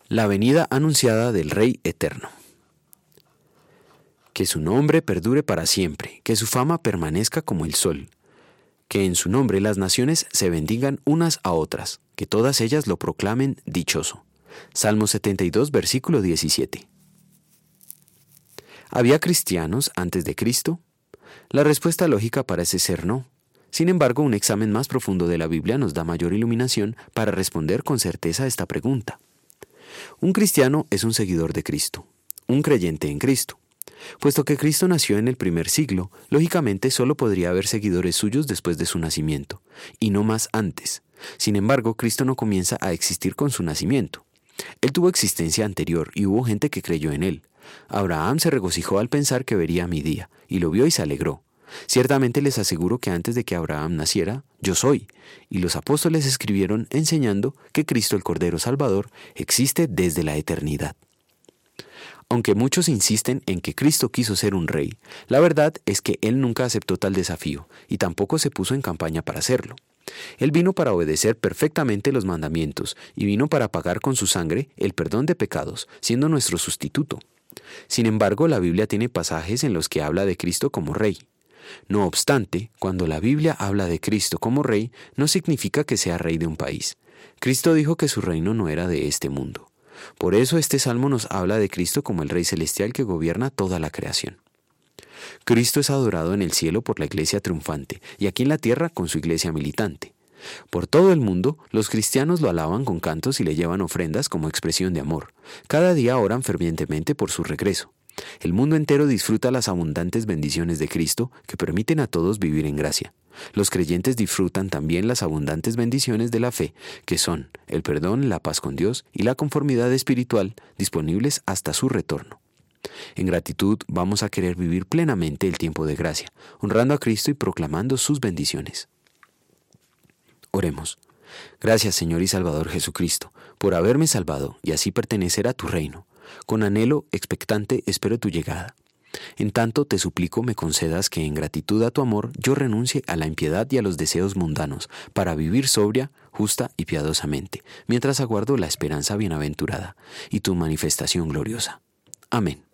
La venida anunciada del Rey Eterno. Que su nombre perdure para siempre, que su fama permanezca como el sol, que en su nombre las naciones se bendigan unas a otras, que todas ellas lo proclamen dichoso. Salmo 72, versículo 17. ¿Había cristianos antes de Cristo? La respuesta lógica parece ser no. Sin embargo, un examen más profundo de la Biblia nos da mayor iluminación para responder con certeza a esta pregunta. Un cristiano es un seguidor de Cristo, un creyente en Cristo. Puesto que Cristo nació en el primer siglo, lógicamente solo podría haber seguidores suyos después de su nacimiento, y no más antes. Sin embargo, Cristo no comienza a existir con su nacimiento. Él tuvo existencia anterior y hubo gente que creyó en él. Abraham se regocijó al pensar que vería mi día, y lo vio y se alegró. Ciertamente les aseguro que antes de que Abraham naciera, yo soy, y los apóstoles escribieron enseñando que Cristo el Cordero Salvador existe desde la eternidad. Aunque muchos insisten en que Cristo quiso ser un rey, la verdad es que Él nunca aceptó tal desafío y tampoco se puso en campaña para hacerlo. Él vino para obedecer perfectamente los mandamientos y vino para pagar con su sangre el perdón de pecados, siendo nuestro sustituto. Sin embargo, la Biblia tiene pasajes en los que habla de Cristo como rey. No obstante, cuando la Biblia habla de Cristo como rey, no significa que sea rey de un país. Cristo dijo que su reino no era de este mundo. Por eso este salmo nos habla de Cristo como el Rey Celestial que gobierna toda la creación. Cristo es adorado en el cielo por la iglesia triunfante y aquí en la tierra con su iglesia militante. Por todo el mundo, los cristianos lo alaban con cantos y le llevan ofrendas como expresión de amor. Cada día oran fervientemente por su regreso. El mundo entero disfruta las abundantes bendiciones de Cristo que permiten a todos vivir en gracia. Los creyentes disfrutan también las abundantes bendiciones de la fe, que son el perdón, la paz con Dios y la conformidad espiritual disponibles hasta su retorno. En gratitud vamos a querer vivir plenamente el tiempo de gracia, honrando a Cristo y proclamando sus bendiciones. Oremos. Gracias, Señor y Salvador Jesucristo, por haberme salvado y así pertenecer a tu reino. Con anhelo expectante espero tu llegada. En tanto te suplico me concedas que en gratitud a tu amor yo renuncie a la impiedad y a los deseos mundanos para vivir sobria, justa y piadosamente, mientras aguardo la esperanza bienaventurada y tu manifestación gloriosa. Amén.